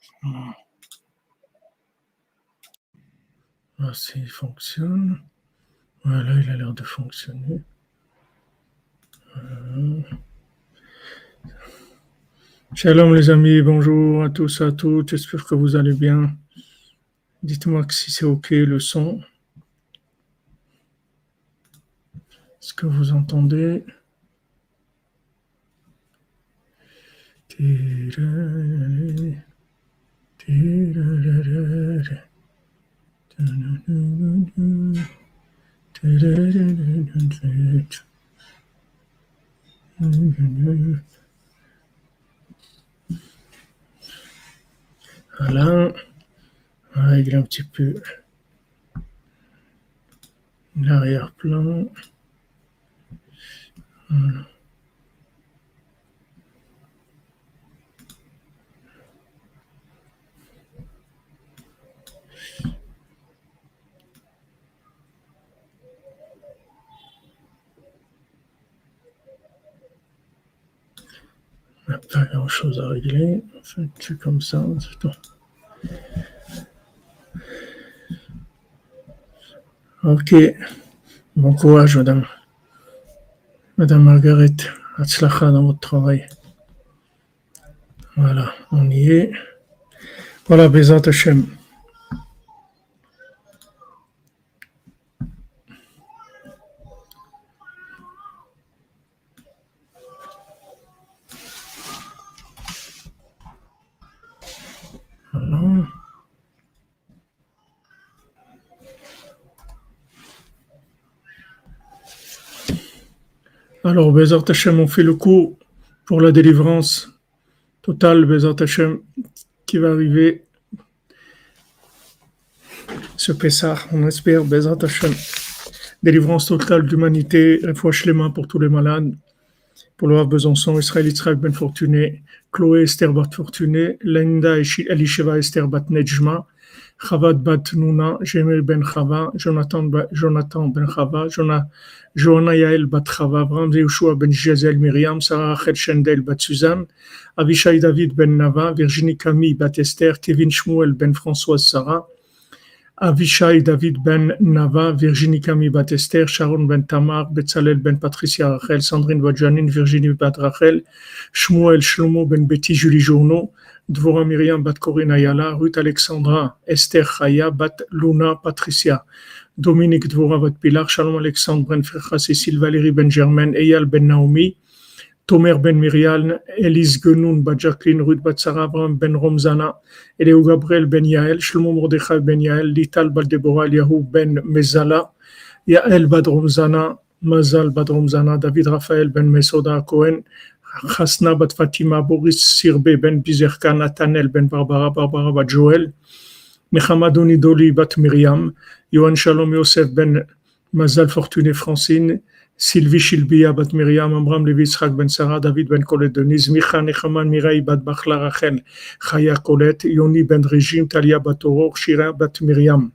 Voilà, s'il fonctionne. Voilà, il a l'air de fonctionner. Shalom les amis, bonjour à tous, à toutes, j'espère que vous allez bien. Dites-moi si c'est ok le son. Est-ce que vous entendez? Voilà, on va régler un petit peu l'arrière-plan. Voilà. On n'a pas grand-chose à régler. En fait, c'est comme ça, c'est tout. Ok. Bon courage, madame. Madame Margaret, Hatzlacha dans votre travail. Voilà, on y est. Voilà, Bezat Hashem. Voilà. Alors, Bezat Hashem, on fait le cours pour la délivrance totale, Bezat Hashem, qui va arriver ce Pessah. On espère, Bezat Hashem, délivrance totale d'humanité, refouach les mains pour tous les malades, pour le Rav Besançon, Israël Yitzhak Ben Fortuné, Chloé Esther Bat Fortuné, Linda Elisheva Esther Bat Nejma, Chavad Bat Nuna, Jemel Ben Chava, Jonathan Ben Chava, Johanna Yael Bat Chava, Abraham Yehoshua Ben Jazel Myriam, Sarah Rachel Shendel Bat Suzanne, Avishai David Ben Nava, Virginie Camille Bat Esther, Kevin Shmuel Ben Françoise Sarah, Avishai David Ben Nava, Virginie Camille Bat Esther, Sharon Ben Tamar, Betzalel Ben Patricia Rachel, Sandrine Bat Janine, Virginie Bat Rachel, Shmuel Shlomo Ben Betty Julie Journeau, Dvora Myriam Bat Corinne Ayala, Ruth Alexandra, Esther Chaya Bat Luna Patricia, Dominique Dvora Bat Pilar, Shalom Alexandre Ben Fercha, Cécile Valérie Ben Germaine, Eyal Ben Naomi, Tomer Ben Myrial, Elise Genoun Bat Jacqueline, Ruth Bat Sarah, Abraham Ben Romzana, Eléo Gabriel Ben Yael, Shlomo Mordechai Ben Yael, Lital Bat Deborah, Yahou Ben Mezala, Yael Bat Romzana, Mazal Bat Romzana, David Raphaël Ben Mesoda Cohen, Chasna Bat Fatima, Boris Sirbe Ben Bizerka, Nathanael Ben Barbara, Barbara Bat Joël, Mechamadoni Doli Bat Myriam, Yohan Shalom Yosef Ben Mazal Fortuné Francine, Sylvie Shilbia Bat Myriam, Amram Levi Yitzhak Ben Sarah, David Ben Colette Denise, Micha Nechaman Mireille Bat Bachla Rachel, Chaya Colette, Yoni Ben Régime, Talia Bat Aurore, Shira Bat Myriam.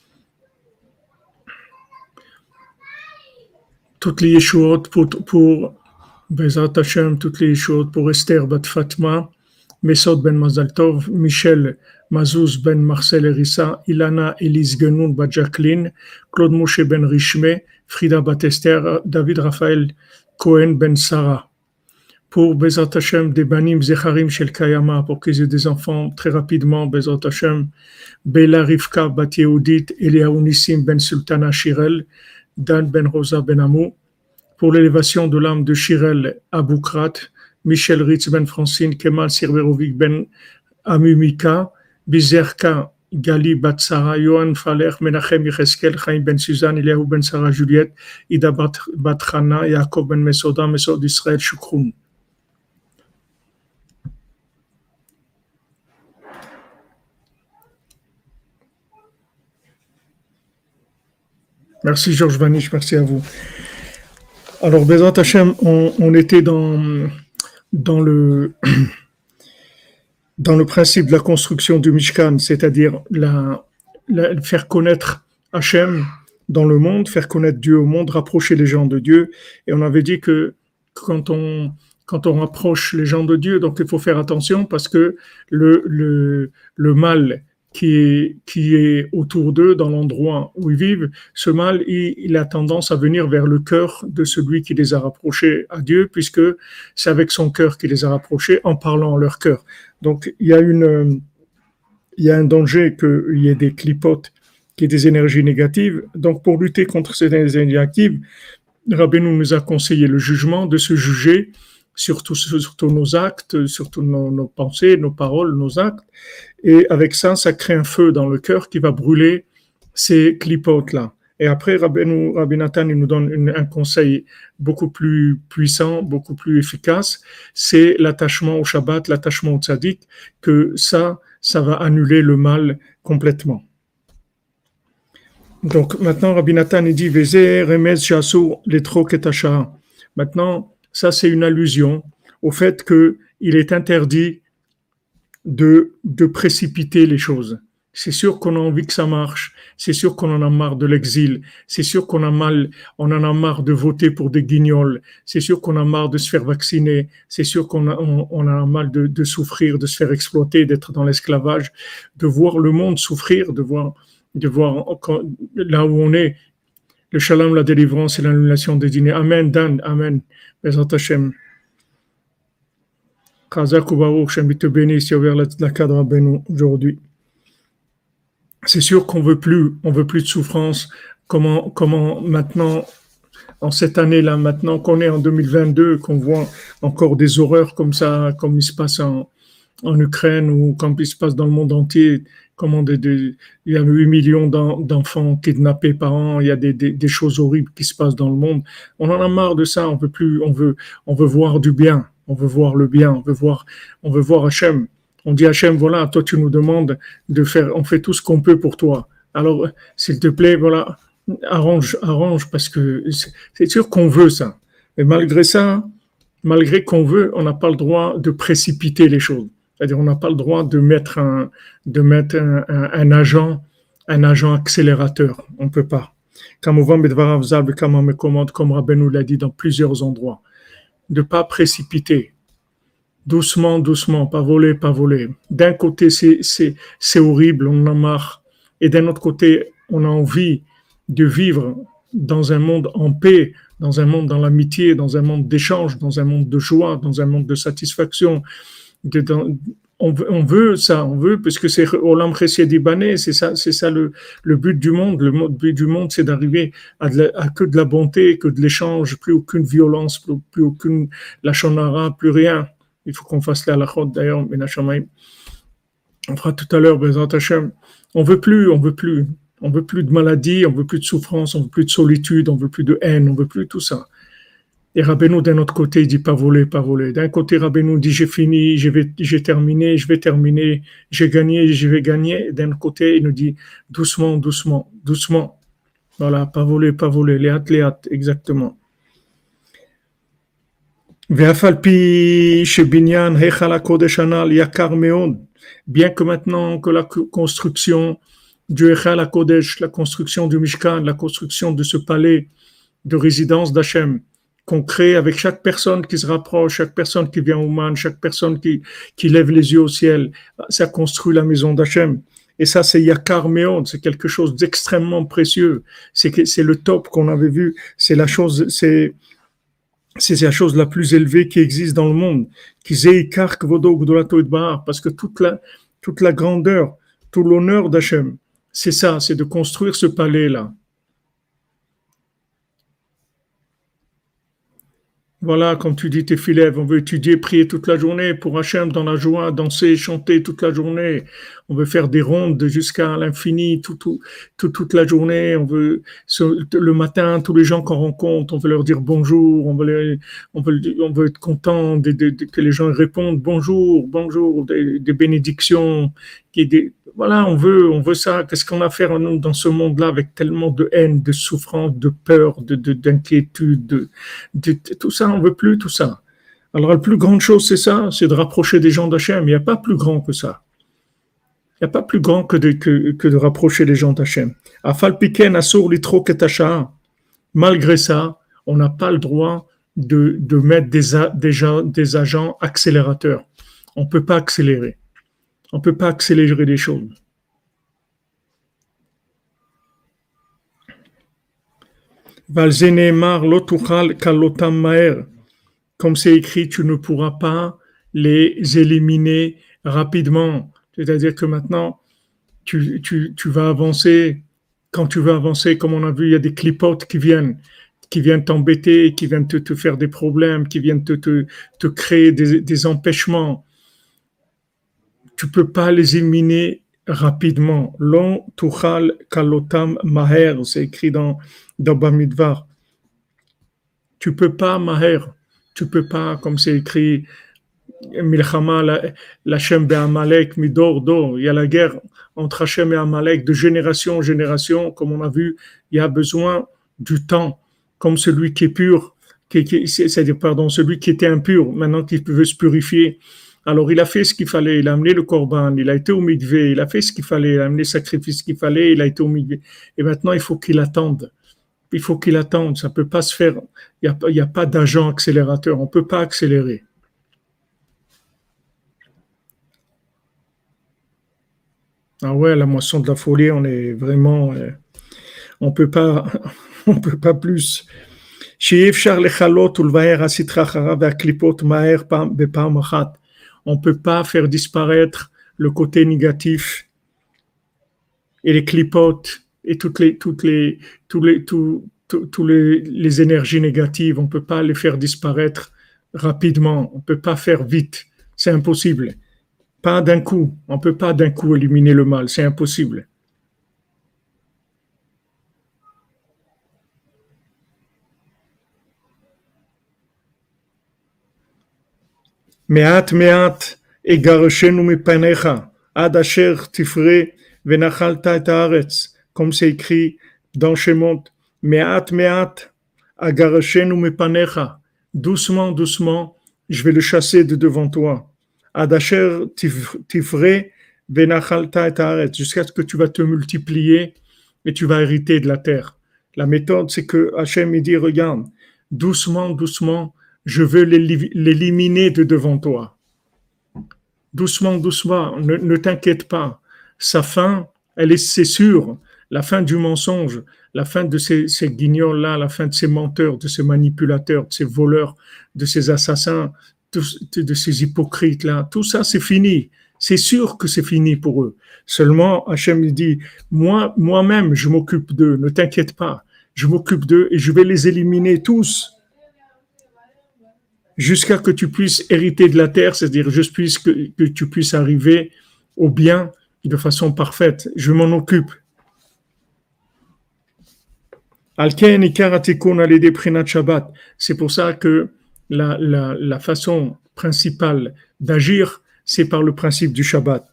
Toutes les Yeshuot pour Bezat Hashem, toutes les Yeshuot pour Esther Bat Fatma, Mesod Ben Mazal Tov, Michel Mazouz Ben Marcel Erissa, Ilana Elise Genoun Bat Jacqueline, Claude Moshe Ben Richme, Frida Bat Esther, David Raphaël Cohen Ben Sarah. Pour Bezat Hashem, des Banim Zecharim Shel Kayama, pour qu'ils aient des enfants très rapidement, Bezat Hashem, Bela Rivka Bat Yehudit, Eliaou Nissim Ben Sultana Shirel, Dan Ben Rosa Ben Amou. Pour l'élévation de l'âme de Shirel Aboukrat, Michel Ritz Ben Francine, Kemal Sirverovic Ben Amumika, Bizerka Gali Bat Sarah, Yohan Faler, Menachem Yecheskel, Chaim Ben Suzanne, Eliaou Ben Sarah Juliette, Ida Bat Chana, Yaakov Ben Mesoda, Mesod Israël Shukroun. Merci Georges Vanish, merci à vous. Alors, Bezat Hashem, on était dans le principe de la construction du Mishkan, c'est-à-dire faire connaître Hashem dans le monde, faire connaître Dieu au monde, rapprocher les gens de Dieu. Et on avait dit que quand on quand on rapproche les gens de Dieu. Donc il faut faire attention parce que le mal qui est autour d'eux, dans l'endroit où ils vivent, ce mal, il a tendance à venir vers le cœur de celui qui les a rapprochés à Dieu, puisque c'est avec son cœur qu'il les a rapprochés en parlant à leur cœur. Donc il y a un danger qu'il y ait des clipotes, qu'il y ait des énergies négatives. Donc pour lutter contre ces énergies négatives, Rabbeinu nous a conseillé le jugement, de se juger sur tous nos actes, sur tous nos pensées, nos paroles, nos actes. Et avec ça, ça crée un feu dans le cœur qui va brûler ces clipotes-là. Et après, Rabbi Nathan, il nous donne un conseil beaucoup plus puissant, beaucoup plus efficace. C'est l'attachement au Shabbat, l'attachement au tzaddik, que ça va annuler le mal complètement. Donc maintenant, Rabbi Nathan il dit Vezeh remez shasur letrok et hasha. Maintenant, ça c'est une allusion au fait qu'il est interdit de précipiter les choses. C'est sûr qu'on a envie que ça marche. C'est sûr qu'on en a marre de l'exil. C'est sûr qu'on on en a marre de voter pour des guignols. C'est sûr qu'on a marre de se faire vacciner. C'est sûr qu'on on a mal de souffrir, de se faire exploiter, d'être dans l'esclavage, de voir le monde souffrir, de voir là où on est, le shalom, la délivrance et l'annulation des dîners. Amen, Dan, Amen. Bezrat Hashem. Chazak ou Baruch, Shem te bénisse, il y a ouvert la cadre à Benou aujourd'hui. C'est sûr qu'on veut plus de souffrance. Comment maintenant, en cette année-là, maintenant qu'on est en 2022, qu'on voit encore des horreurs comme ça, comme il se passe en Ukraine ou comme il se passe dans le monde entier, il y a 8 millions d'enfants kidnappés par an, il y a des choses horribles qui se passent dans le monde. On en a marre de ça, on veut plus, on veut voir du bien, on veut voir le bien, on veut voir Hachem. On dit Hachem, voilà, toi tu nous demandes de faire, on fait tout ce qu'on peut pour toi. Alors, s'il te plaît, voilà, arrange, parce que c'est sûr qu'on veut ça. Mais malgré ça, malgré qu'on veut, on n'a pas le droit de précipiter les choses. C'est-à-dire, on n'a pas le droit de mettre un agent accélérateur. On ne peut pas. Comme Rabbeinu l'a dit dans plusieurs endroits, de ne pas précipiter. Doucement, pas voler. D'un côté, c'est horrible, on en a marre. Et d'un autre côté, on a envie de vivre dans un monde en paix, dans un monde dans l'amitié, dans un monde d'échange, dans un monde de joie, dans un monde de satisfaction. On veut ça, parce que c'est Olam Chesed Ibaneh, c'est ça le but du monde. Le but du monde, c'est d'arriver à que de la bonté, que de l'échange, plus aucune violence, plus aucune lachon hara, plus rien. Il faut qu'on fasse la halachot d'ailleurs, Menachamaim. On fera tout à l'heure, Bezrat Hashem. On veut plus de maladie, on veut plus de souffrance, on veut plus de solitude, on veut plus de haine, on veut plus tout ça. Et Rabbeinu, d'un autre côté, il dit pas voler. D'un côté, Rabbeinu dit j'ai fini, j'ai terminé, je vais terminer, j'ai gagné, je vais gagner. D'un autre côté, il nous dit doucement. Voilà, pas voler, léat, exactement. Bien que maintenant que la construction du Echal HaKodesh, la construction du Mishkan, la construction de ce palais de résidence d'Hachem, qu'on crée avec chaque personne qui se rapproche, chaque personne qui vient au Man, chaque personne qui lève les yeux au ciel, ça construit la maison d'Hachem. Et ça, c'est Yakar Meod, c'est quelque chose d'extrêmement précieux. C'est le top qu'on avait vu, c'est la chose la plus élevée qui existe dans le monde. Parce que toute la grandeur, tout l'honneur d'Hachem, c'est ça, c'est de construire ce palais-là. Voilà, comme tu dis, tes filèves, on veut étudier, prier toute la journée pour Hachem dans la joie, danser, chanter toute la journée. On veut faire des rondes jusqu'à l'infini, toute la journée. On veut, le matin, tous les gens qu'on rencontre, on veut leur dire bonjour, on veut être content que les gens répondent bonjour, des bénédictions, voilà, on veut ça. Qu'est-ce qu'on a à faire dans ce monde-là avec tellement de haine, de souffrance, de peur, d'inquiétude, de tout ça, on veut plus tout ça. Alors la plus grande chose, c'est ça, c'est de rapprocher des gens d'Hachem. Il n'y a pas plus grand que ça. Il n'y a pas plus grand que de rapprocher les gens d'Hachem. Afal piken asur litrok et hasha. Malgré ça, on n'a pas le droit de mettre des agents accélérateurs. On ne peut pas accélérer. On ne peut pas accélérer les choses. Comme c'est écrit, tu ne pourras pas les éliminer rapidement. C'est-à-dire que maintenant, tu vas avancer. Quand tu vas avancer, comme on a vu, il y a des clipotes qui viennent t'embêter, qui viennent te faire des problèmes, qui viennent te créer des empêchements. Tu peux pas les éliminer rapidement. Long tuchal kalotam maher, c'est écrit dans Bamidbar. Tu peux pas maher, tu peux pas, comme c'est écrit, Milchama, l'Hachem be'Amalek, midor dor. Il y a la guerre entre Hachem et Amalek de génération en génération. Comme on a vu, il y a besoin du temps. Comme celui qui est pur, c'est-à-dire, pardon, celui qui était impur, maintenant qu'il veut se purifier. Alors, il a fait ce qu'il fallait. Il a amené le korban, il a été au mikvé, il a fait ce qu'il fallait, il a amené le sacrifice qu'il fallait, il a été au mikvé. Et maintenant, il faut qu'il attende. Il faut qu'il attende. Ça peut pas se faire. Il y a pas d'agent accélérateur. On peut pas accélérer. Ah ouais, la moisson de la folie, on est vraiment, on peut pas, on peut pas plus. On peut pas faire disparaître le côté négatif et les clipotes et les énergies négatives. On peut pas les faire disparaître rapidement. On peut pas faire vite. C'est impossible. Pas d'un coup. On peut pas d'un coup éliminer le mal. C'est impossible. מעט מעט אגרשנו מפניך, עד אשר תפרה ונחלת את הארץ. Comme c'est écrit dans Shemot, מעט מעט אגרשנו מפניך. Doucement, doucement, je vais le chasser de devant toi. עד אשר תפרה ונחלת את הארץ. Jusqu'à ce que tu vas te multiplier et tu vas hériter de la terre. La méthode, c'est que Hachem il dit, regarde, doucement, doucement, je veux l'éliminer de devant toi. Doucement, doucement, ne t'inquiète pas. Sa fin, c'est sûr. La fin du mensonge, la fin de ces guignols-là, la fin de ces menteurs, de ces manipulateurs, de ces voleurs, de ces assassins, de ces hypocrites-là, tout ça, c'est fini. C'est sûr que c'est fini pour eux. Seulement, Hachem dit, moi-même, je m'occupe d'eux, ne t'inquiète pas. Je m'occupe d'eux et je vais les éliminer tous. Jusqu'à que tu puisses hériter de la terre, c'est-à-dire jusqu'à que tu puisses arriver au bien de façon parfaite. Je m'en occupe. C'est pour ça que la façon principale d'agir, c'est par le principe du Shabbat.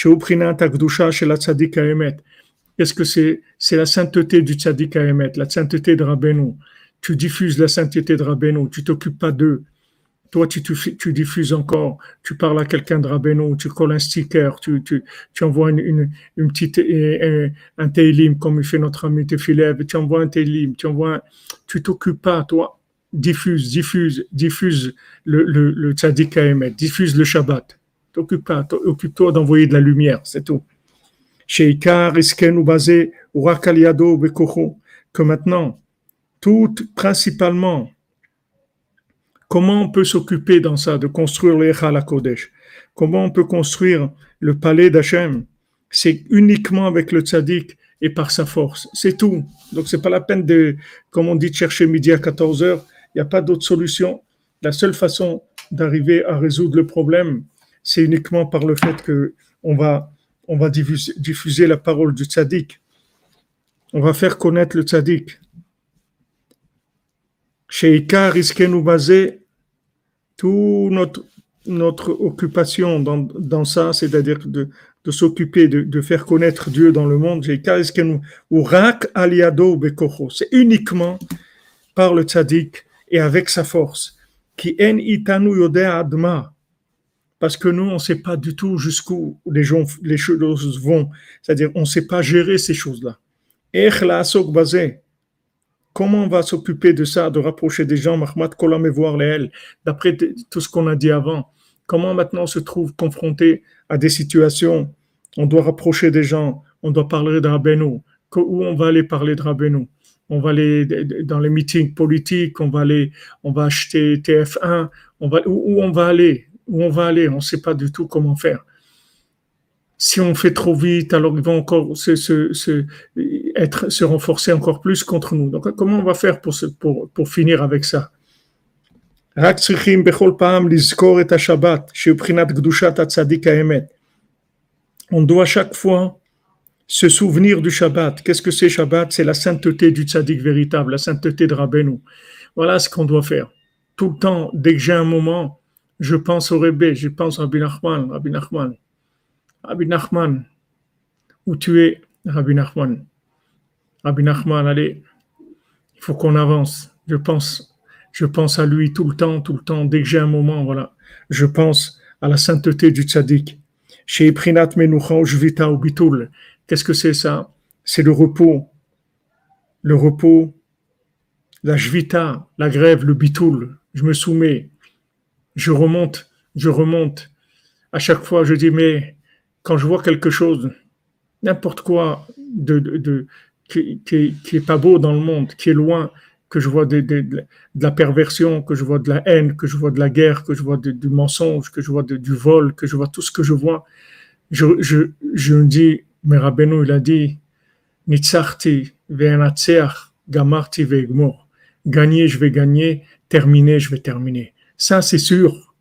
Qu'est-ce que c'est? C'est la sainteté du Tzaddik Haemet, la sainteté de Rabbeinu. Tu diffuses la sainteté de Rabbeinu, tu t'occupes pas d'eux. Toi, tu diffuses encore, tu parles à quelqu'un de Rabbeinu, tu colles un sticker, tu envoies une petite, un Teilim, comme il fait notre ami Tefilev, tu envoies un Teilim, tu t'occupes pas, toi, diffuse le Tzaddik Haemet, diffuse le Shabbat. T'occupes pas, occupe-toi d'envoyer de la lumière, c'est tout. Sheikar iskenu basé urak al yado bekocho, que maintenant, tout principalement, comment on peut s'occuper dans ça, de construire l'Echal HaKodesh? Comment on peut construire le palais d'Hachem? C'est uniquement avec le tzaddik et par sa force. C'est tout. Donc, c'est pas la peine de, comme on dit, de chercher midi à 14 heures. Il n'y a pas d'autre solution. La seule façon d'arriver à résoudre le problème, c'est uniquement par le fait que on va diffuser la parole du tzaddik. On va faire connaître le tzaddik. Sheikar iskenu basé, toute notre occupation dans ça, c'est-à-dire de s'occuper, de faire connaître Dieu dans le monde, c'est uniquement par le tzaddik et avec sa force. Parce que nous, on ne sait pas du tout jusqu'où les choses vont, c'est-à-dire on ne sait pas gérer ces choses-là. Comment on va s'occuper de ça, de rapprocher des gens, Mahmat Kolam et voir les L, d'après tout ce qu'on a dit avant? Comment maintenant on se trouve confronté à des situations, on doit rapprocher des gens, on doit parler de Rabbeinu, où on va aller parler de Rabbeinu? On va aller dans les meetings politiques, on va acheter TF1, où on va aller? Où on va aller? On ne sait pas du tout comment faire. Si on fait trop vite, alors ils vont encore se renforcer encore plus contre nous. Donc, comment on va faire pour finir avec ça? רק צריכים בכל פעם לזכור את השבת, שהוא בחינת קדושת הצדיק האמת. On doit chaque fois se souvenir du Shabbat. Qu'est-ce que c'est Shabbat? C'est la sainteté du tzaddik véritable, la sainteté de Rabbeinu. Voilà ce qu'on doit faire. Tout le temps, dès que j'ai un moment, je pense au Rebbe, je pense à Rabbi Nachman, Rabbi Nachman. Rabbi Nachman, où tu es, Rabbi Nachman? Rabbi Nachman, allez, il faut qu'on avance. Je pense à lui tout le temps, dès que j'ai un moment, voilà. Je pense à la sainteté du tzaddik. Chez Prinat Menucha ou Jvita ou Bitul. Qu'est-ce que c'est ça? C'est le repos, la Jvita, la grève, le Bitul. Je me soumets, je remonte. À chaque fois, je dis, mais quand je vois quelque chose, n'importe quoi qui est pas beau dans le monde, qui est loin, que je vois de la perversion, que je vois de la haine, que je vois de la guerre, que je vois du mensonge, que je vois du vol, que je vois tout ce que je vois, je me dis, mais Rabbeinu, il a dit, Nitzarti ve'enatzeach, gamarti ve'egmor. Gagner, je vais gagner, terminer, je vais terminer. Ça, c'est sûr.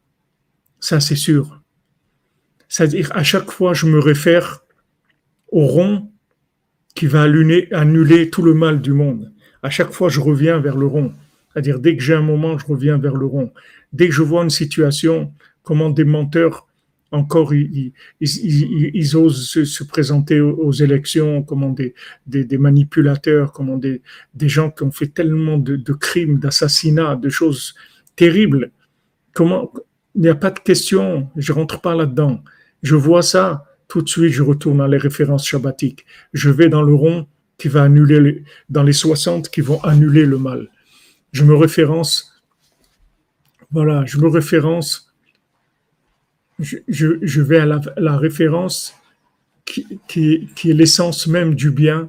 C'est-à-dire, à chaque fois, je me réfère au rond qui va annuler tout le mal du monde. À chaque fois, je reviens vers le rond. C'est-à-dire, dès que j'ai un moment, je reviens vers le rond. Dès que je vois une situation, comment des menteurs, encore, ils osent se présenter aux élections, comment des manipulateurs, comment des gens qui ont fait tellement de crimes, d'assassinats, de choses terribles. Comment, il n'y a pas de question, je rentre pas là-dedans. Je vois ça, tout de suite, je retourne à les références shabbatiques. Je vais dans le rond qui va annuler, dans les 60 qui vont annuler le mal. Je me référence, je vais à la référence qui est l'essence même du bien,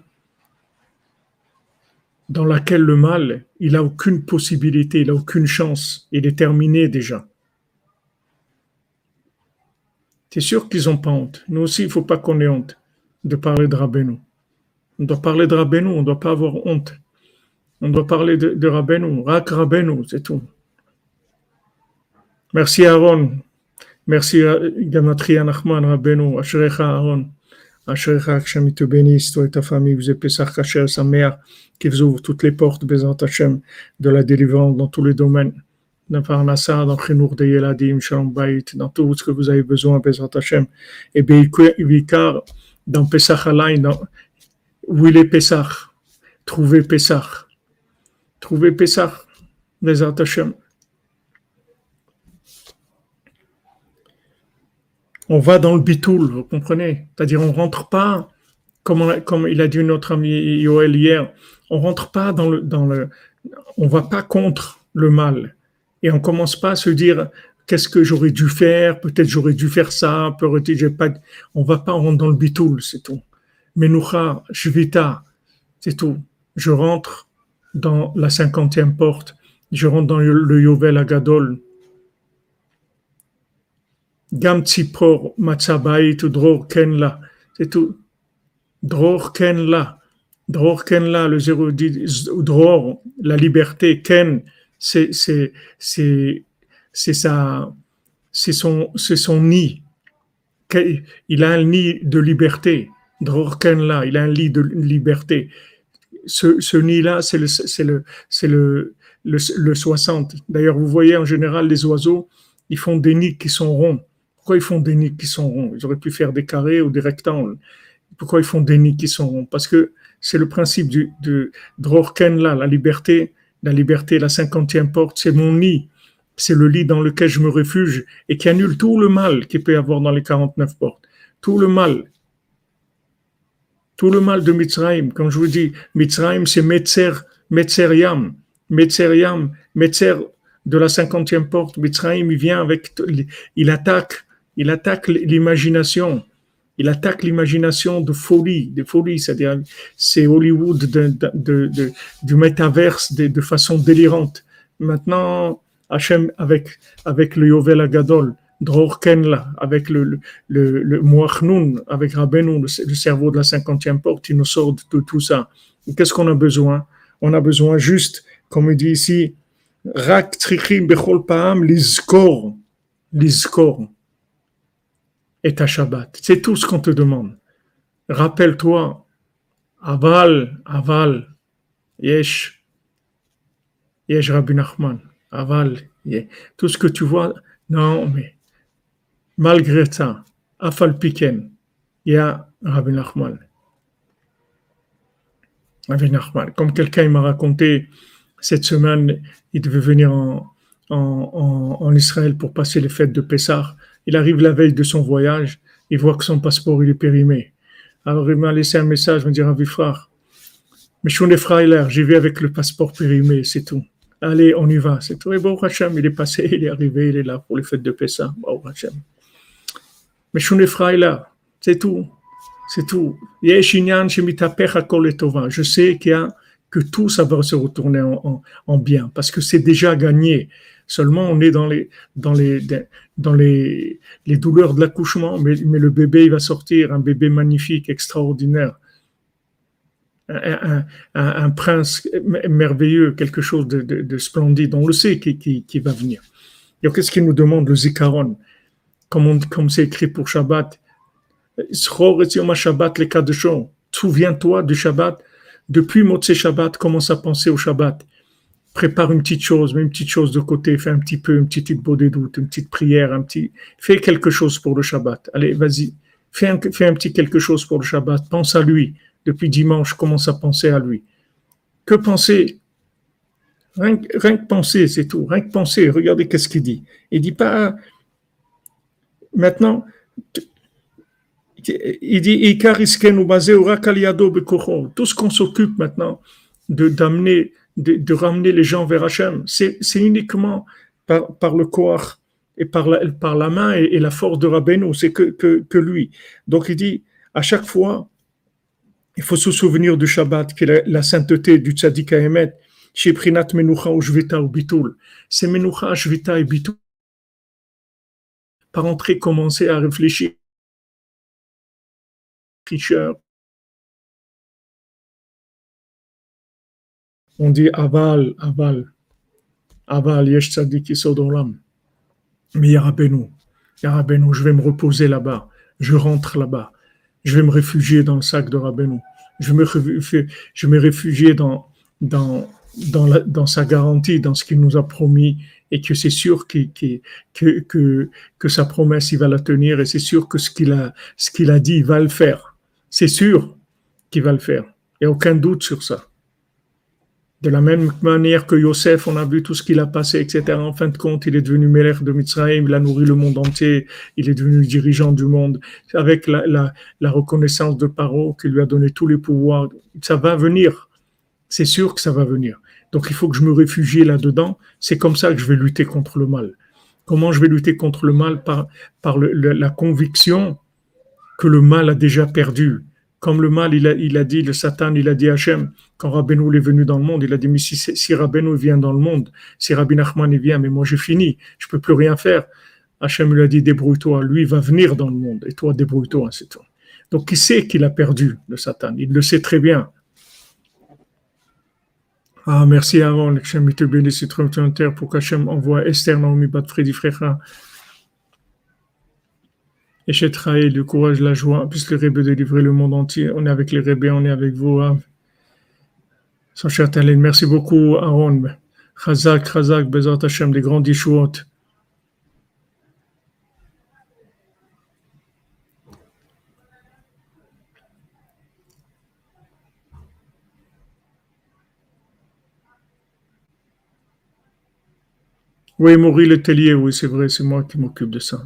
dans laquelle le mal, il n'a aucune possibilité, il n'a aucune chance, il est terminé déjà. C'est sûr qu'ils n'ont pas honte. Nous aussi, il ne faut pas qu'on ait honte de parler de Rabbeinu. On doit parler de Rabbeinu, on ne doit pas avoir honte. On doit parler de Rabbeinu, Rak Rabbeinu, c'est tout. Merci Aaron. Merci Gamatria Nachman Rabbeinu. Ashrecha Aaron. Ashrecha Hashem te bénisse, toi et ta famille. Vous êtes Pesach Kacher, sa mère, qui vous ouvre toutes les portes, Bezat Hashem, de la délivrance dans tous les domaines. Dans Parnassa, dans Chinour de Yeladim, Shalom Bayit, dans tout ce que vous avez besoin, Bezat Hashem. Et Vikar, dans Pesach Alain, où il est Pesach. Trouvez Pesach. Trouver Pesach, Bezat Hashem. On va dans le bitoul, vous comprenez? C'est-à-dire, on rentre pas, comme il a dit notre ami Yoel hier, on rentre pas on va pas contre le mal. Et on commence pas à se dire, qu'est-ce que j'aurais dû faire? Peut-être j'aurais dû faire ça, peut-être j'ai pas, on va pas rentrer dans le bitoul, c'est tout. Menucha, Shvita, c'est tout. Je rentre dans la 50e porte, je rentre dans le Yovel Agadol. Gam Tzipor Matzabayit ou Dror Kenla, c'est tout. Dror Kenla, le 010, Dror, la liberté, Ken, c'est son nid. Il a un nid de liberté. Dror Kenla, il a un nid de liberté. Ce nid-là, c'est le 60. D'ailleurs, vous voyez en général les oiseaux, ils font des nids qui sont ronds. Pourquoi ils font des nids qui sont ronds? Ils auraient pu faire des carrés ou des rectangles. Pourquoi ils font des nids qui sont ronds? Parce que c'est le principe de Dror Kenla, la liberté, la 50e porte, c'est mon nid. C'est le lit dans lequel je me réfugie et qui annule tout le mal qu'il peut y avoir dans les 49 portes. Tout le mal de Mitzrayim. Comme je vous dis, Mitzrayim, c'est Metzer Metzeriam, Metzeriam, Metzer de la 50e porte, Mitzrayim, il vient avec, il attaque, il attaque l'imagination. Il attaque l'imagination de folie, c'est-à-dire c'est Hollywood du métaverse de façon délirante. Maintenant, Hachem avec le Yovel Agadol, Dror Kenla, avec le Moachnoun, avec Rabbeinu, le cerveau de la 50e porte, il nous sort de tout ça. Et qu'est-ce qu'on a besoin? On a besoin juste, comme il dit ici, Rak trichim bechol paam lizkor, lizkor et ta Shabbat. C'est tout ce qu'on te demande. Rappelle-toi, aval, yesh, yesh Rabbi Nachman, aval, yesh. Tout ce que tu vois, non, mais malgré ça, afal piken, il y a Rabbi Nachman. Rabbi Nachman. Comme quelqu'un m'a raconté, cette semaine, il devait venir en Israël pour passer les fêtes de Pessah. Il arrive la veille de son voyage, il voit que son passeport il est périmé. Alors il m'a laissé un message, il me dit Ravi frère, mais je suis frère, j'y vais avec le passeport périmé, c'est tout. Allez, on y va, c'est tout. Et bon, Hachem, il est passé, il est arrivé, il est là pour les fêtes de Pessah. Bon, Hachem. Mais je suis frère, c'est tout. C'est tout. Je sais que tout ça va se retourner en bien, parce que c'est déjà gagné. Seulement, on est dans les douleurs de l'accouchement, mais le bébé, il va sortir, un bébé magnifique, extraordinaire, un prince merveilleux, quelque chose de splendide. On le sait qui va venir. Et qu'est-ce qu'il nous demande, le Zikaron, comme c'est écrit pour Shabbat? Souviens-toi du Shabbat. Depuis Motzei Shabbat, commence à penser au Shabbat. Prépare une petite chose, mets une petite chose de côté, fais un petit peu, une petite bode doute, une petite prière, fais quelque chose pour le Shabbat. Allez, vas-y, fais un petit quelque chose pour le Shabbat. Pense à lui. Depuis dimanche, commence à penser à lui. Que penser? Rien que penser, c'est tout. Rien que penser. Regardez qu'est-ce qu'il dit. Il dit pas maintenant. Il dit tout ce qu'on s'occupe maintenant d'amener, de ramener les gens vers Hachem, c'est uniquement par le corps et par la main et la force de Rabbeinu, c'est que lui. Donc il dit à chaque fois, il faut se souvenir du Shabbat, qui est la sainteté du Tzadik Haemet, chez Prinat Menucha ou Shvita ou Bitul. C'est Menucha, Shvita et Bitul. Par entrer, commencer à réfléchir. On dit aval, yesh tzadik yisod olam. Mais Yarabenu, je vais me reposer là-bas, je rentre là-bas, je vais me réfugier dans le sac de Rabbeinu, je vais me réfugier dans sa garantie, dans ce qu'il nous a promis, et que c'est sûr que sa promesse, il va la tenir, et c'est sûr que ce qu'il a dit, il va le faire. C'est sûr qu'il va le faire. Il n'y a aucun doute sur ça. De la même manière que Yosef, on a vu tout ce qu'il a passé, etc. En fin de compte, il est devenu Melech de Mitzrayim, il a nourri le monde entier, il est devenu le dirigeant du monde, avec la reconnaissance de Paro, qui lui a donné tous les pouvoirs. Ça va venir, c'est sûr que ça va venir. Donc il faut que je me réfugie là-dedans, c'est comme ça que je vais lutter contre le mal. Comment je vais lutter contre le mal? Par la conviction que le mal a déjà perdu. Comme le mal, il a dit, le Satan, il a dit à Hachem, quand Rabbeinu est venu dans le monde, il a dit, mais si Rabbeinu vient dans le monde, si Rabbi Nachman vient, mais moi j'ai fini, je peux plus rien faire. Hachem lui a dit, débrouille-toi, lui va venir dans le monde, et toi débrouille-toi, c'est tout. Donc il sait qu'il a perdu, le Satan, il le sait très bien. Ah, merci Aaron, Hachem te bénisse sur terre pour qu'Hachem envoie Esther, Naomi, Bat Fredi, Frecha, et chez Trahi, le courage, la joie, puisque le Rebbe délivrer le monde entier. On est avec les Rebbe, on est avec vous. Hein. Son cher Talin, merci beaucoup, Aaron. Chazak, Bezat Hashem, des grands Yeshuot. Oui, Maurice Letellier, oui, c'est vrai, c'est moi qui m'occupe de ça.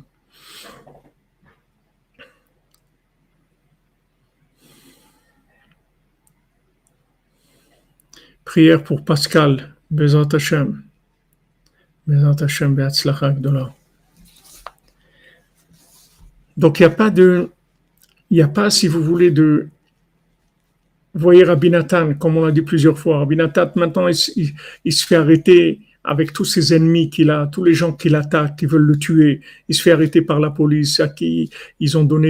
Prière pour Pascal. Bezrat Hashem. Bezrat Hashem, Be'atzlacha Gdola. Donc, il n'y a pas, si vous voulez, vous voyez Rabbi Nathan, comme on l'a dit plusieurs fois, Rabbi Nathan, maintenant, il se fait arrêter avec tous ses ennemis qu'il a, tous les gens qui l'attaquent, qui veulent le tuer. Il se fait arrêter par la police, à qui ils ont donné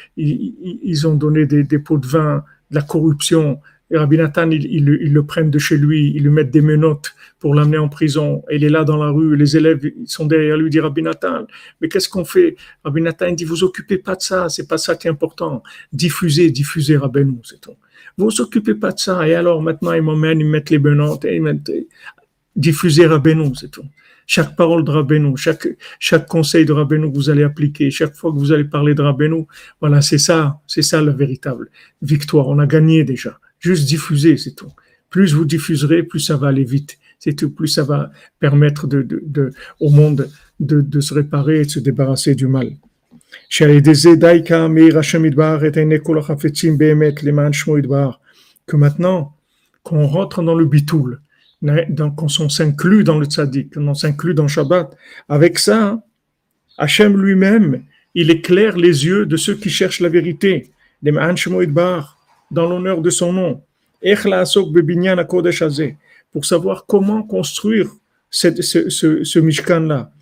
des pots de vin, de la corruption. Et Rabbi Nathan, ils le prennent de chez lui, ils lui mettent des menottes pour l'amener en prison. Et il est là dans la rue, les élèves ils sont derrière lui, disent Rabbi Nathan, mais qu'est-ce qu'on fait? Rabbi Nathan dit, vous occupez pas de ça, c'est pas ça qui est important. Diffusez, Rabbeinu, c'est tout. Vous ne vous occupez pas de ça. Et alors, maintenant, ils m'emmènent, ils mettent les menottes, et ils mettent, diffuser Rabbeinu, c'est tout. Chaque parole de Rabbeinu, chaque conseil de Rabbeinu que vous allez appliquer, chaque fois que vous allez parler de Rabbeinu, voilà, c'est ça la véritable victoire. On a gagné déjà. Juste diffuser, c'est tout. Plus vous diffuserez, plus ça va aller vite. C'est tout. Plus ça va permettre au monde de se réparer et de se débarrasser du mal. Que maintenant, qu'on rentre dans le bitoul, qu'on s'inclut dans le tzaddik, qu'on s'inclut dans Shabbat, avec ça, Hachem lui-même, il éclaire les yeux de ceux qui cherchent la vérité, dans l'honneur de son nom, pour savoir comment construire ce Mishkan-là,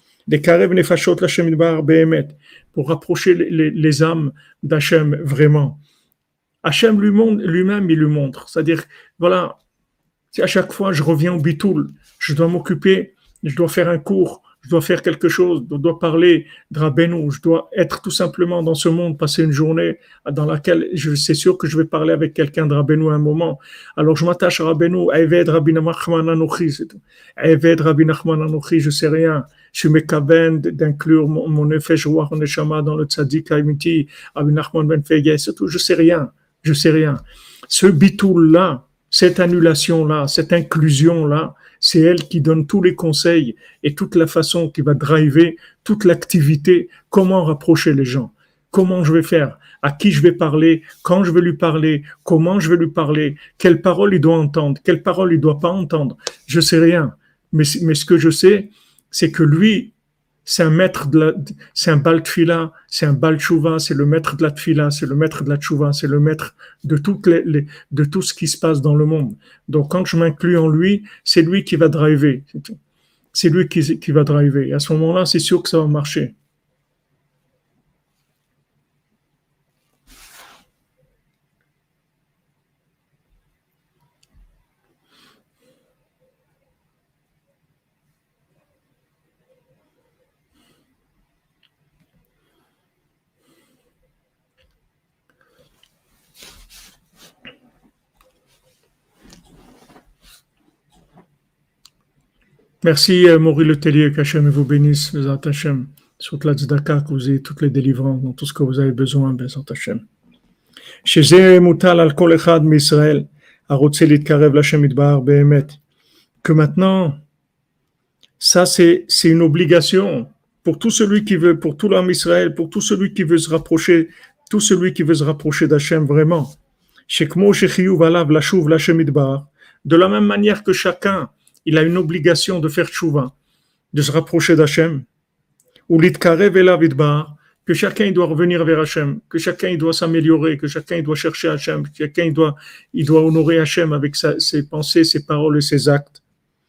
pour rapprocher les âmes d'Hachem vraiment. Hachem lui-même, il lui montre. C'est-à-dire, voilà, si à chaque fois je reviens au bitoul, je dois m'occuper, je dois faire un cours, je dois faire quelque chose, je dois parler de Rabbeinu, je dois être tout simplement dans ce monde, passer une journée dans laquelle c'est sûr que je vais parler avec quelqu'un de Rabbeinu à un moment. Alors je m'attache à Rabbeinu, Eved Rabbi Nachman Anochi, c'est tout. Eved Rabbi Nachman Anochi, je sais rien. Je suis mekaven d'inclure mon nefesh ruach neshama dans le tzaddik haimiti, Rabbi Nachman ben Fegeh, c'est tout. Je sais rien. Ce bitoul-là, cette annulation-là, cette inclusion-là, c'est elle qui donne tous les conseils et toute la façon qui va driver toute l'activité, comment rapprocher les gens, comment je vais faire, à qui je vais parler, quand je vais lui parler, comment je vais lui parler, quelle parole il doit entendre, quelle parole il ne doit pas entendre. Je sais rien, mais ce que je sais, c'est que lui, c'est un maître c'est un bal tfila, c'est un bal tchouva, c'est le maître de la tfila, c'est le maître de la tchouva, c'est le maître de de tout ce qui se passe dans le monde. Donc quand je m'inclus en lui, c'est lui qui va driver. C'est lui qui va driver. Et à ce moment-là, c'est sûr que ça va marcher. Merci Maury Letellier, qu'Hachem vous bénisse, Bezat Hachem, sur la tzedaka, que vous ayez toutes les délivrances, dans tout ce que vous avez besoin, Bezat Hachem. שזה מוטל על כל אחד מישראל הרוצה להתקרב להשם יתברך באמת. Que maintenant, ça c'est une obligation pour tout celui qui veut, pour tout l'homme Israël, pour tout celui qui veut se rapprocher, d'Hachem vraiment. שכמו שחיוב עליו לשוב להשם יתברך, de la même manière que chacun il a une obligation de faire tchouva, de se rapprocher d'Hachem, ou l'itkarev elav yitbarach, que chacun il doit revenir vers Hachem, que chacun il doit s'améliorer, que chacun il doit chercher Hachem, que chacun il doit honorer Hachem avec ses pensées, ses paroles et ses actes.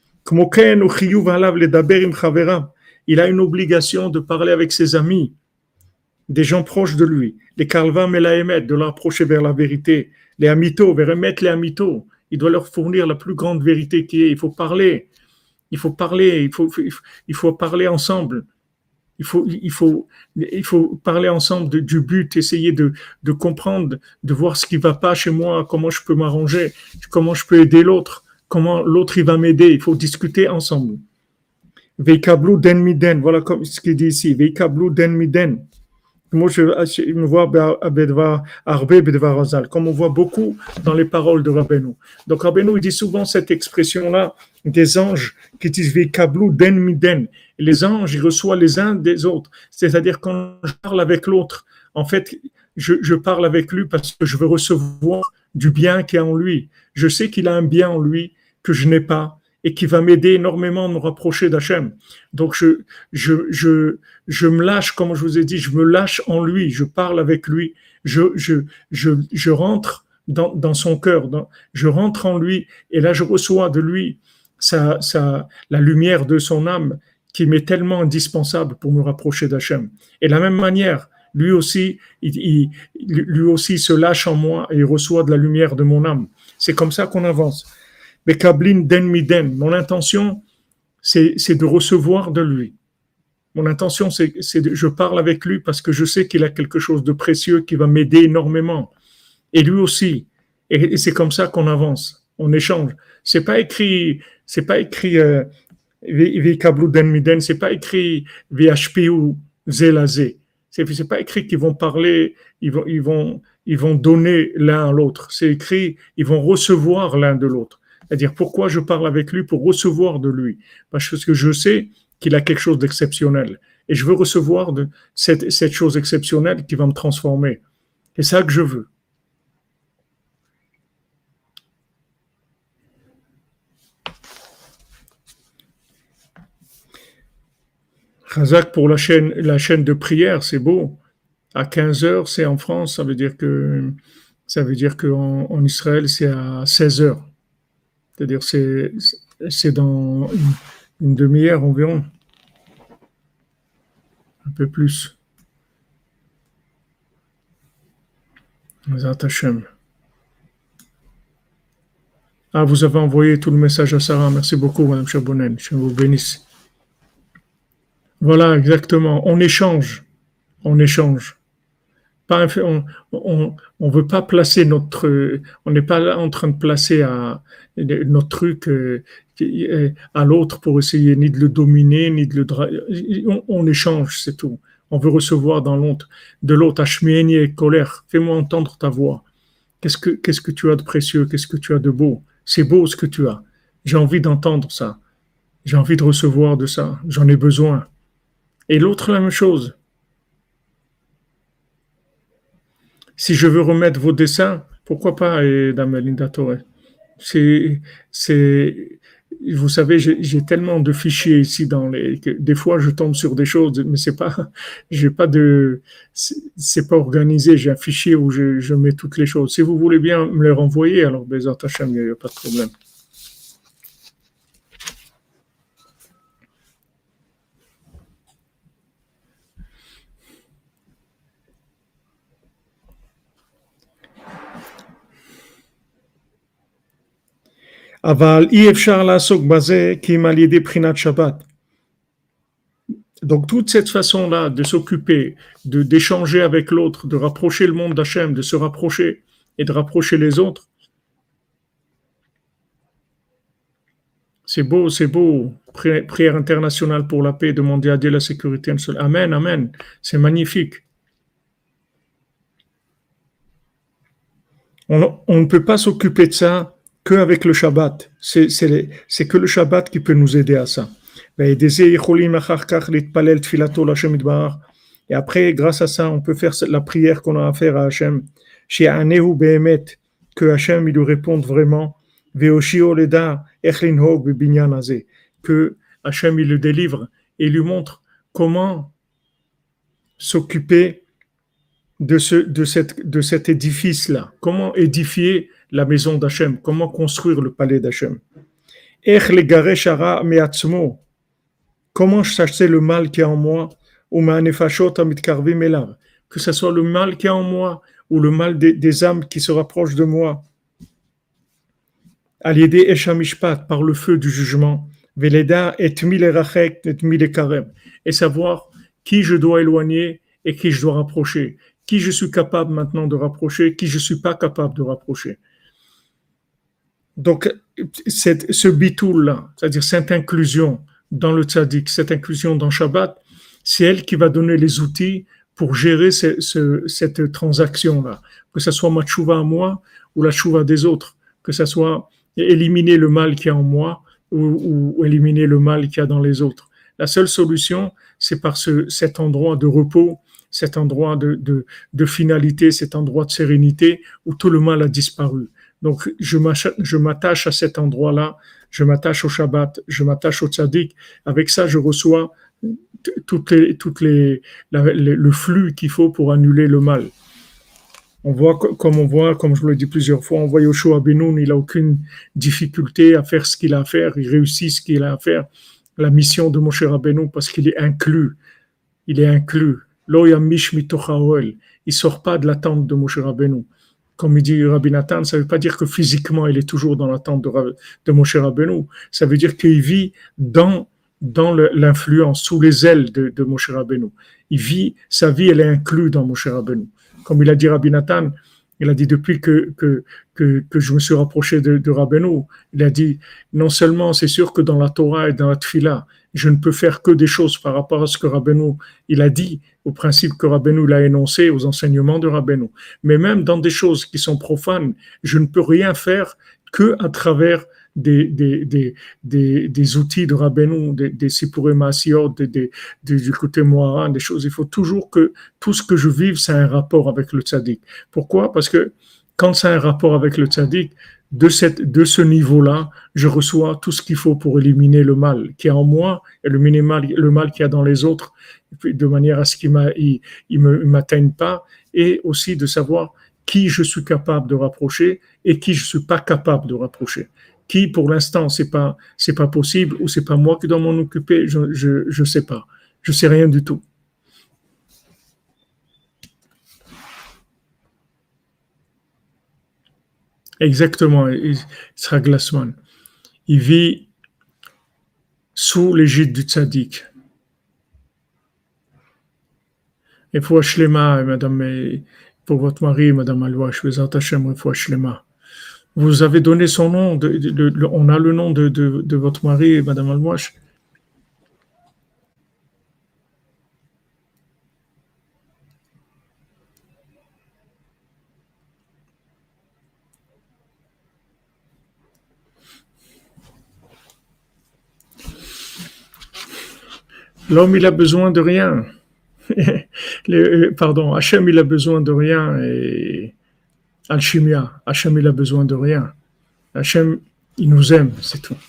Il a une obligation de parler avec ses amis, des gens proches de lui, les kalvam et la emet, de l'approcher vers la vérité, les amito, vers emettre les amito. Il doit leur fournir la plus grande vérité qui est. Il faut parler ensemble. Il faut parler ensemble du but, essayer de comprendre, de voir ce qui va pas chez moi, comment je peux m'arranger, comment je peux aider l'autre, comment l'autre il va m'aider. Il faut discuter ensemble. Veikablu den miden, voilà comme ce qu'il dit ici. Veikablu den miden. Moi, je me vois comme on voit beaucoup dans les paroles de Rabbeinu. Donc, Rabbeinu, il dit souvent cette expression-là des anges qui disent Veikablu den miden. Et les anges, ils reçoivent les uns des autres. C'est-à-dire, quand je parle avec l'autre, en fait, je parle avec lui parce que je veux recevoir du bien qu'il y a en lui. Je sais qu'il a un bien en lui, que je n'ai pas et qui va m'aider énormément à me rapprocher d'Hachem. Donc je me lâche, comme je vous ai dit, je me lâche en lui, je parle avec lui, je rentre dans son cœur, je rentre en lui et là je reçois de lui la lumière de son âme qui m'est tellement indispensable pour me rapprocher d'Hachem. Et de la même manière, lui aussi, lui aussi se lâche en moi et il reçoit de la lumière de mon âme. C'est comme ça qu'on avance. Mais Kablin den miden, mon intention, c'est de recevoir de lui. Mon intention, je parle avec lui parce que je sais qu'il a quelque chose de précieux qui va m'aider énormément. Et lui aussi. Et c'est comme ça qu'on avance. On échange. C'est pas écrit Vikablu den miden, c'est pas écrit Vihashpiu zelazé. C'est pas écrit qu'ils vont parler, ils vont donner l'un à l'autre. C'est écrit, ils vont recevoir l'un de l'autre. C'est-à-dire, pourquoi je parle avec lui? Pour recevoir de lui. Parce que je sais qu'il a quelque chose d'exceptionnel. Et je veux recevoir de cette chose exceptionnelle qui va me transformer. C'est ça que je veux. Chazak pour la chaîne de prière, c'est beau. À 15 heures, c'est en France, ça veut dire qu'en Israël, c'est à 16 heures. C'est-à-dire c'est dans une demi-heure environ. Un peu plus. Ah, vous avez envoyé tout le message à Sarah. Merci beaucoup, Madame Chabonen. Je vous bénisse. Voilà, exactement. On échange. On échange. Pas on veut pas placer on n'est pas en train de placer notre truc à l'autre pour essayer ni de le dominer, ni de on échange, c'est tout. On veut recevoir de l'autre, Hashmieni et colère. Fais-moi entendre ta voix. Qu'est-ce que tu as de précieux? Qu'est-ce que tu as de beau? C'est beau ce que tu as. J'ai envie d'entendre ça. J'ai envie de recevoir de ça. J'en ai besoin. Et l'autre, la même chose. Si je veux remettre vos dessins, pourquoi pas, Dame Linda Torre? Vous savez, j'ai tellement de fichiers ici que des fois je tombe sur des choses, mais c'est pas organisé. J'ai un fichier où je mets toutes les choses. Si vous voulez bien me les renvoyer, alors Bezat Hashem, il n'y a pas de problème. Aval אי-אפשר לעסוק בזה כי אם על ידי בחינת שבת. Donc toute cette façon-là de s'occuper, d'échanger avec l'autre, de rapprocher le monde d'Hachem, de se rapprocher et de rapprocher les autres, c'est beau, c'est beau. Prière internationale pour la paix, demander à Dieu la sécurité. Amen, amen. C'est magnifique. On ne peut pas s'occuper de ça qu'avec le Shabbat. C'est que le Shabbat qui peut nous aider à ça. Et après, grâce à ça, on peut faire la prière qu'on a à faire à Hachem. Que Hachem il lui réponde vraiment. Que Hachem il le délivre et lui montre comment s'occuper de cet édifice-là. Comment édifier la maison d'Hachem? Comment construire le palais d'Hachem? Comment chasser le mal qui est en moi? Que ce soit le mal qui est en moi ou le mal des âmes qui se rapprochent de moi. Par le feu du jugement. Et savoir qui je dois éloigner et qui je dois rapprocher. Qui je suis capable maintenant de rapprocher, qui je ne suis pas capable de rapprocher. Donc, ce bitoul-là, c'est-à-dire cette inclusion dans le tzaddik, cette inclusion dans Shabbat, c'est elle qui va donner les outils pour gérer cette transaction-là. Que ce soit ma tchouva à moi ou la tchouva des autres. Que ce soit éliminer le mal qu'il y a en moi ou éliminer le mal qu'il y a dans les autres. La seule solution, c'est par cet endroit de repos, cet endroit de finalité, cet endroit de sérénité où tout le mal a disparu. Donc, je m'attache à cet endroit-là, je m'attache au Shabbat, je m'attache au Tzaddik. Avec ça, je reçois le flux qu'il faut pour annuler le mal. Comme je vous l'ai dit plusieurs fois, on voit Yoshua Benoun, il n'a aucune difficulté à faire ce qu'il a à faire, il réussit ce qu'il a à faire, la mission de Moshe Rabbeinu, parce qu'il est inclus. Il est inclus. Lo yamish mitoch haoel. Il sort pas de la tente de Moshe Rabbeinu. Comme il dit Rabbi Nathan, ça ne veut pas dire que physiquement il est toujours dans la tente de Moshe Rabbeinu. Ça veut dire qu'il vit dans l'influence, sous les ailes de Moshe Rabbeinu. Sa vie, elle est inclue dans Moshe Rabbeinu. Comme il a dit Rabbi Nathan, il a dit depuis que je me suis rapproché de Rabbeinu, il a dit non seulement c'est sûr que dans la Torah et dans la Tfila, je ne peux faire que des choses par rapport à ce que Rabbeinu il a dit, au principe que Rabbeinu l'a énoncé, aux enseignements de Rabbeinu. Mais même dans des choses qui sont profanes, je ne peux rien faire que à travers des outils de Rabbeinu, des Sipurei Maasiot, du côté Moharan, des choses. Il faut toujours que tout ce que je vive, ça a un rapport avec le tzaddik. Pourquoi? Parce que quand ça a un rapport avec le tzaddik, de ce niveau-là, je reçois tout ce qu'il faut pour éliminer le mal qui est en moi et le mal qu'il y a dans les autres, de manière à ce qu'il ne m'atteigne pas, et aussi de savoir qui je suis capable de rapprocher et qui je suis pas capable de rapprocher. Qui, pour l'instant, c'est pas possible, ou c'est pas moi qui dois m'en occuper, je sais pas. Je sais rien du tout. Exactement, il sera Glassman. Il vit sous l'égide du tzaddik. Et pour Shlema, madame, pour votre mari, madame Alouache, Bezat Hashem, pour Shlema. Vous avez donné son nom, on a le nom de votre mari, madame Alouache. L'homme, il a besoin de rien. Pardon, Hachem, il a besoin de rien. Et Alchimia, Hachem, il a besoin de rien. Hachem, il nous aime, c'est tout.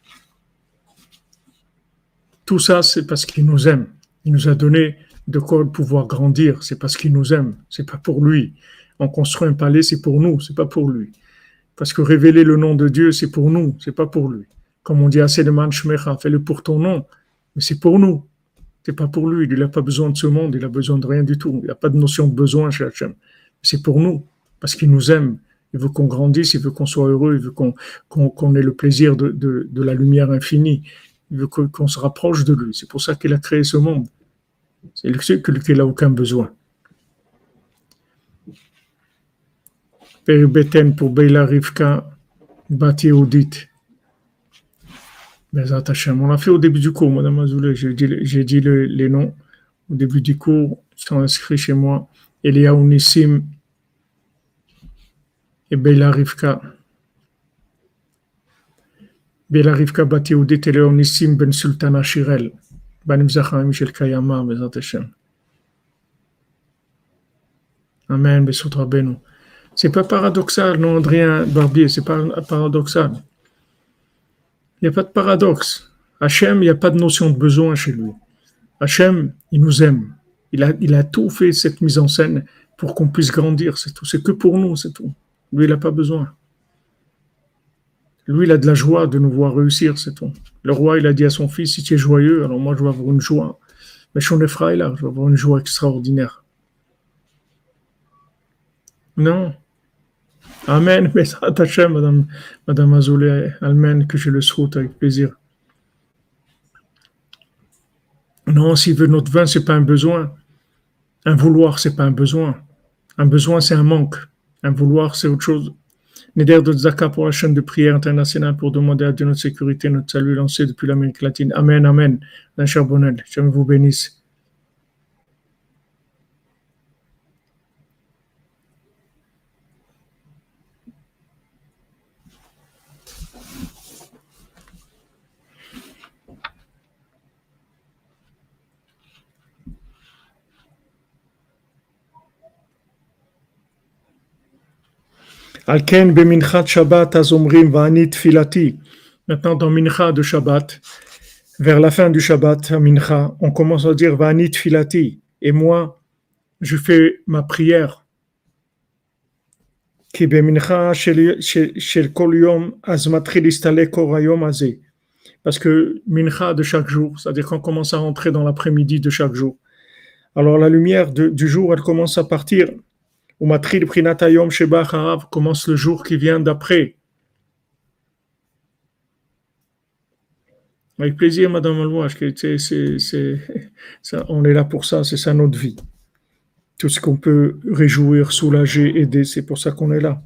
Tout ça, c'est parce qu'il nous aime. Il nous a donné de quoi pouvoir grandir. C'est parce qu'il nous aime. C'est pas pour lui. On construit un palais, c'est pour nous, c'est pas pour lui. Parce que révéler le nom de Dieu, c'est pour nous, c'est pas pour lui. Comme on dit à Sedeman Shmecha, fais-le pour ton nom. Mais c'est pour nous. C'est pas pour lui. Il n'a pas besoin de ce monde. Il a besoin de rien du tout. Il n'y a pas de notion de besoin chez Hachem. C'est pour nous. Parce qu'il nous aime. Il veut qu'on grandisse. Il veut qu'on soit heureux. Il veut qu'on ait le plaisir de la lumière infinie. Il veut qu'on se rapproche de lui. C'est pour ça qu'il a créé ce monde. C'est lui qu'il n'a aucun besoin. Père Beten pour Beila Rivka, Bati Audit. On l'a fait au début du cours, Madame Azoulay. J'ai dit les noms. Au début du cours, ils sont inscrits chez moi. Elia Unissim et Beila Rivka. Beila Rivka Bati Audit, Elia Unissim Ben Sultana Shirel. Banim Zachar Michel Kayama, Bezat Hashem. Amen, Besut Rabbeinu. C'est pas paradoxal, non, Adrien Barbier, c'est pas paradoxal. Il n'y a pas de paradoxe. Hachem, il n'y a pas de notion de besoin chez lui. Hachem, il nous aime. Il a tout fait, cette mise en scène, pour qu'on puisse grandir, c'est tout. C'est que pour nous, c'est tout. Lui, il n'a pas besoin. Lui, il a de la joie de nous voir réussir, c'est tout. Le roi, il a dit à son fils, si tu es joyeux, alors moi, je vais avoir une joie. Mais Shonefra est là, je vais avoir une joie extraordinaire. Non. Amen, mais Hachem, Madame Azoulay, Amen, que je le souhaite avec plaisir. Non, s'il veut notre vin, c'est pas un besoin. Un vouloir, c'est pas un besoin. Un besoin, c'est un manque. Un vouloir, c'est autre chose. Neder de Zaka pour la chaîne de prière internationale pour demander à Dieu notre sécurité, notre salut lancé depuis l'Amérique latine. Amen, amen. Un charbonnel. Je vous bénisse. Alken beminchat Shabbat azomrim va'ani tfilati. Maintenant, dans Mincha de Shabbat, vers la fin du Shabbat, à Mincha, on commence à dire va'ani tfilati. Et moi, je fais ma prière. Ki bemincha shel kol yom az matril istalek kor hayom hazeh. Parce que Mincha de chaque jour, c'est-à-dire qu'on commence à rentrer dans l'après-midi de chaque jour. Alors la lumière du jour, elle commence à partir. Ou matril prinat hayom sheba harav, commence le jour qui vient d'après. Avec plaisir, Madame Alouache, on est là pour ça, c'est ça notre vie. Tout ce qu'on peut réjouir, soulager, aider, c'est pour ça qu'on est là.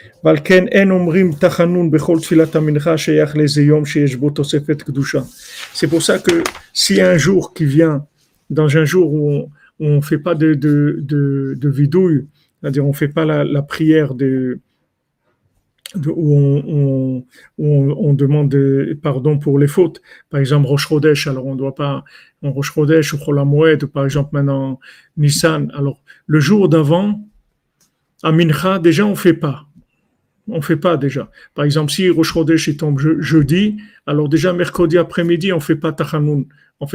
C'est pour ça que s'il y a un jour qui vient, dans un jour où on ne fait pas de vidouille, c'est-à-dire on ne fait pas la prière où on demande pardon pour les fautes. Par exemple, Rosh Chodesh, alors on ne doit pas, en Rosh Chodesh ou Chol HaMoed, ou par exemple maintenant Nissan. Alors, le jour d'avant, à Mincha, déjà on ne fait pas. On ne fait pas déjà. Par exemple, si Rosh Chodesh il tombe jeudi, alors déjà mercredi après-midi, on ne fait pas Tachanoun. On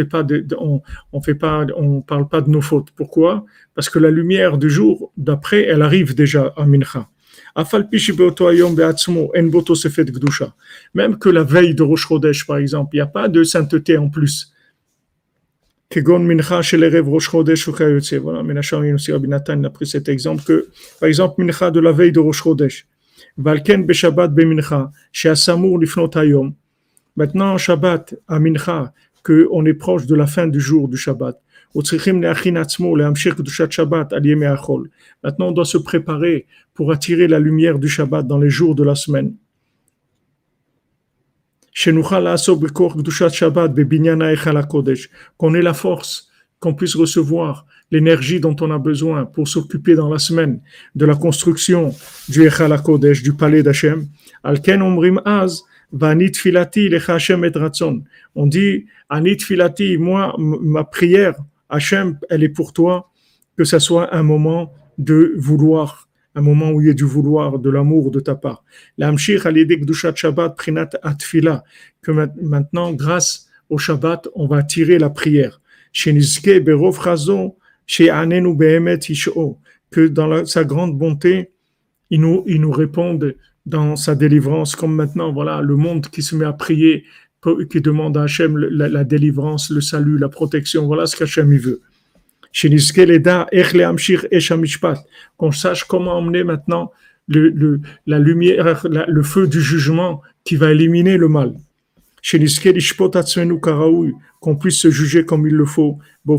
parle pas de nos fautes. Pourquoi? Parce que la lumière du jour d'après, elle arrive déjà à Mincha. Même que la veille de Rosh Chodesh, par exemple, il n'y a pas de sainteté en plus. Voilà, Menachem Yonossi Rabbi Nathan a pris cet exemple que, par exemple, Mincha de la veille de Rosh Chodesh. Valken Beshabbat Bemincha, chez Asamur Lifnot Hayom. Maintenant, Shabbat, à Mincha, qu'on est proche de la fin du jour du Shabbat. Maintenant, on doit se préparer pour attirer la lumière du Shabbat dans les jours de la semaine. Qu'on ait la force, qu'on puisse recevoir l'énergie dont on a besoin pour s'occuper dans la semaine de la construction du Echal HaKodesh, du palais d'Hachem. Alken omrim az, va'ani tfilati lecha Hashem et ratzon. On dit, ani tfilati, moi, ma prière, Hachem, elle est pour toi, que ça soit un moment de vouloir, un moment où il y a du vouloir, de l'amour de ta part. L'amshir alidek dushat Shabbat prinat atfila, que maintenant, grâce au Shabbat, on va tirer la prière. Shenizke berov chazon, she'anenu behemet isho, que dans sa grande bonté, il nous répondent dans sa délivrance, comme maintenant, voilà, le monde qui se met à prier, qui demande à Hachem la délivrance, le salut, la protection. Voilà ce qu'Hachem il veut. Qu'on sache comment emmener maintenant la lumière, le feu du jugement qui va éliminer le mal. Qu'on puisse se juger comme il le faut.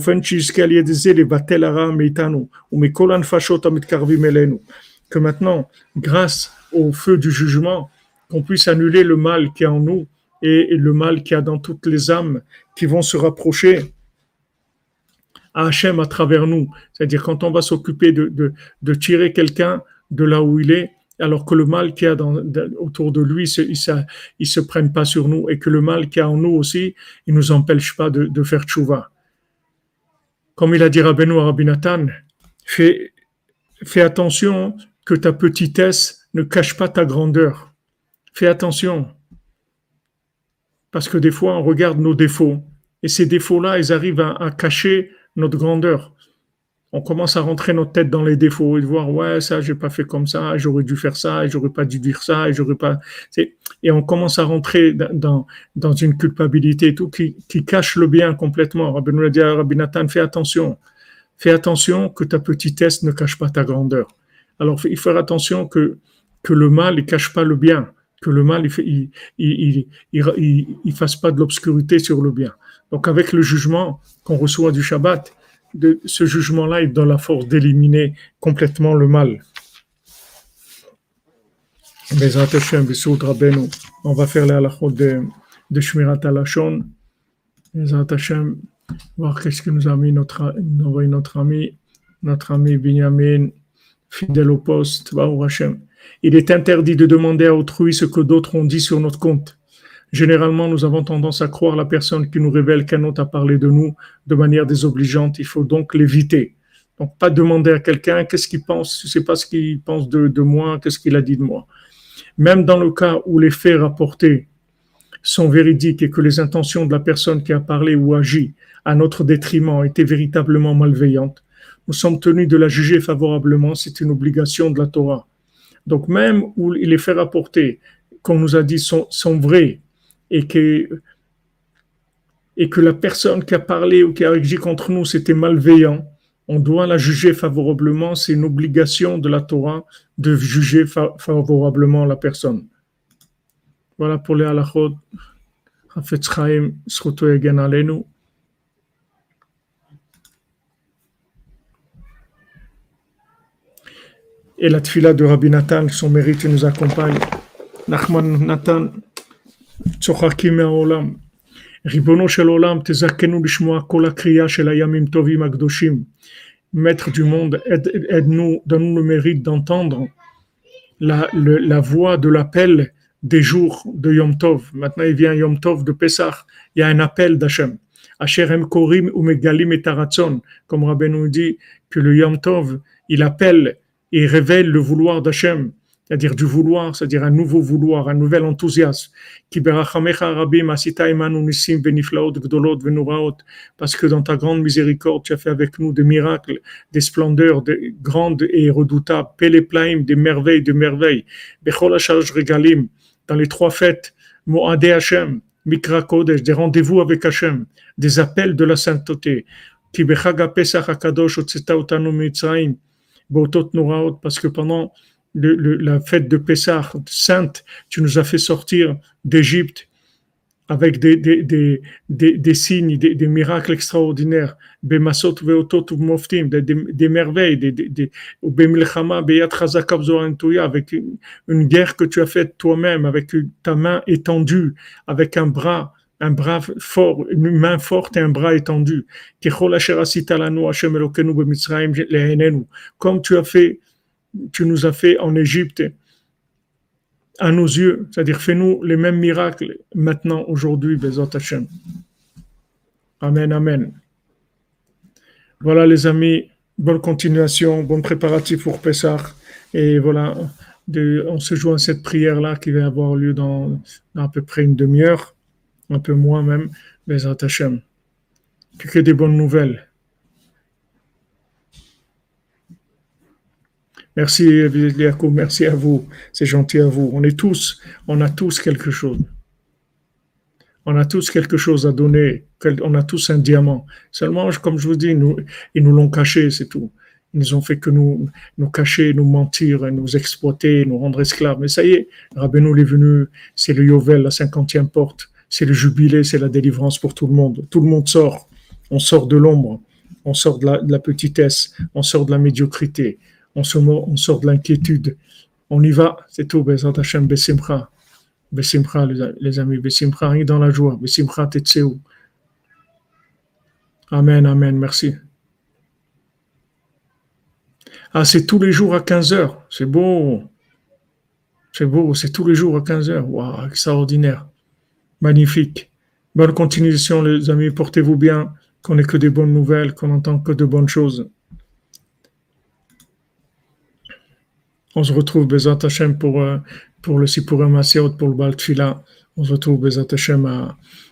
Que maintenant, grâce au feu du jugement, qu'on puisse annuler le mal qui est en nous et le mal qu'il y a dans toutes les âmes qui vont se rapprocher à Hachem à travers nous. C'est-à-dire quand on va s'occuper de tirer quelqu'un de là où il est, alors que le mal qu'il y a autour de lui, il se prenne pas sur nous et que le mal qu'il y a en nous aussi, il nous empêche pas de faire tchouva. Comme il a dit Rabbeinu à Rabbi Nathan, fais attention que ta petitesse ne cache pas ta grandeur. Fais attention. Parce que des fois, on regarde nos défauts. Et ces défauts-là, ils arrivent à cacher notre grandeur. On commence à rentrer notre tête dans les défauts et de voir, ouais, ça, j'ai pas fait comme ça, j'aurais dû faire ça, et j'aurais pas dû dire ça, et j'aurais pas. Et on commence à rentrer dans une culpabilité et tout qui cache le bien complètement. Rabbi nous a dit à Rabbi Nathan, fais attention. Fais attention que ta petitesse ne cache pas ta grandeur. Alors, il faut faire attention que le mal ne cache pas le bien. Que le mal il fasse pas de l'obscurité sur le bien. Donc avec le jugement qu'on reçoit du Shabbat, ce jugement-là, il donne la force d'éliminer complètement le mal. Bezrat Hashem, Bessoud Rabbeinu, on va faire les halachot de Shmirat HaLashon. Bezrat Hashem, voir qu'est-ce que nous a mis notre ami Binyamin, fidèle au poste, Baruch Hashem. Il est interdit de demander à autrui ce que d'autres ont dit sur notre compte. Généralement, nous avons tendance à croire la personne qui nous révèle qu'un autre a parlé de nous de manière désobligeante. Il faut donc l'éviter. Donc, pas demander à quelqu'un qu'est-ce qu'il pense, je ne sais pas ce qu'il pense de moi, qu'est-ce qu'il a dit de moi. Même dans le cas où les faits rapportés sont véridiques et que les intentions de la personne qui a parlé ou agi à notre détriment étaient véritablement malveillantes, nous sommes tenus de la juger favorablement, c'est une obligation de la Torah. Donc même où les faits rapportés, qu'on nous a dit, sont vrais et que la personne qui a parlé ou qui a agi contre nous, c'était malveillant, on doit la juger favorablement, c'est une obligation de la Torah de juger favorablement la personne. Voilà pour les halachot. Hafetz Chaim, zchuto yagen aleinu. Et la tfila de Rabbi Nathan, son mérite nous accompagne. Nachman Nathan, tzochakim me'olam. Ribono shel olam, tezakenu lishmoa kol hakriya shel hayamim tovim hakdoshim. Maître du monde, aide-nous, donne-nous le mérite d'entendre la voix de l'appel des jours de Yom Tov. Maintenant, il vient Yom Tov de Pessah. Il y a un appel d'Hachem. Asher em korim ou megalim et taratzon. Comme Rabbi nous dit que le Yom Tov, il appelle et révèle le vouloir d'Hachem. C'est-à-dire du vouloir, c'est-à-dire un nouveau vouloir, un nouvel enthousiasme. Parce que dans ta grande miséricorde, tu as fait avec nous des miracles, des splendeurs, des grandes et redoutables, Péléplaïm, des merveilles, dans les trois fêtes, Moadé Hachem, Mikra Kodesh, des rendez-vous avec Hachem, des appels de la sainteté. Parce que pendant la fête de Pessah sainte, tu nous as fait sortir d'Égypte avec des signes, des miracles extraordinaires, des merveilles, avec une guerre que tu as faite toi-même, avec ta main étendue, avec un bras fort, une main forte et un bras étendu. Comme tu nous as fait en Égypte à nos yeux, c'est-à-dire fais-nous les mêmes miracles maintenant, aujourd'hui, Bezat Hashem. Amen, amen. Voilà les amis, bonne continuation, bon préparatif pour Pessah. Et voilà, on se joint à cette prière-là qui va avoir lieu dans à peu près une demi-heure, un peu moins même, Bezat Hashem. Que des bonnes nouvelles. Merci Yacoub, merci à vous, c'est gentil à vous. On a tous quelque chose. On a tous quelque chose à donner, on a tous un diamant. Seulement, comme je vous dis, ils nous l'ont caché, c'est tout. Ils nous ont fait que nous cacher, nous mentir, nous exploiter, nous rendre esclaves. Mais ça y est, Rabbeinu est venu, c'est le Yovel, la 50e porte, c'est le jubilé, c'est la délivrance pour tout le monde. Tout le monde sort. On sort de l'ombre, on sort de la petitesse, on sort de la médiocrité. On sort de l'inquiétude. On y va, c'est tout. Bezat Hashem, Besimcha. Besimcha, les amis. Besimcha, rien dans la joie. Besimcha, Tetseu. Amen, amen, merci. Ah, c'est tous les jours à 15h. C'est beau. C'est beau, c'est tous les jours à 15h. Waouh, extraordinaire. Magnifique. Bonne continuation, les amis. Portez-vous bien. Qu'on n'ait que des bonnes nouvelles, qu'on n'entend que de bonnes choses. On se retrouve Bezat Hashem pour le Sipurim Asiot, pour le Baal Tfila. On se retrouve Bezat Hashem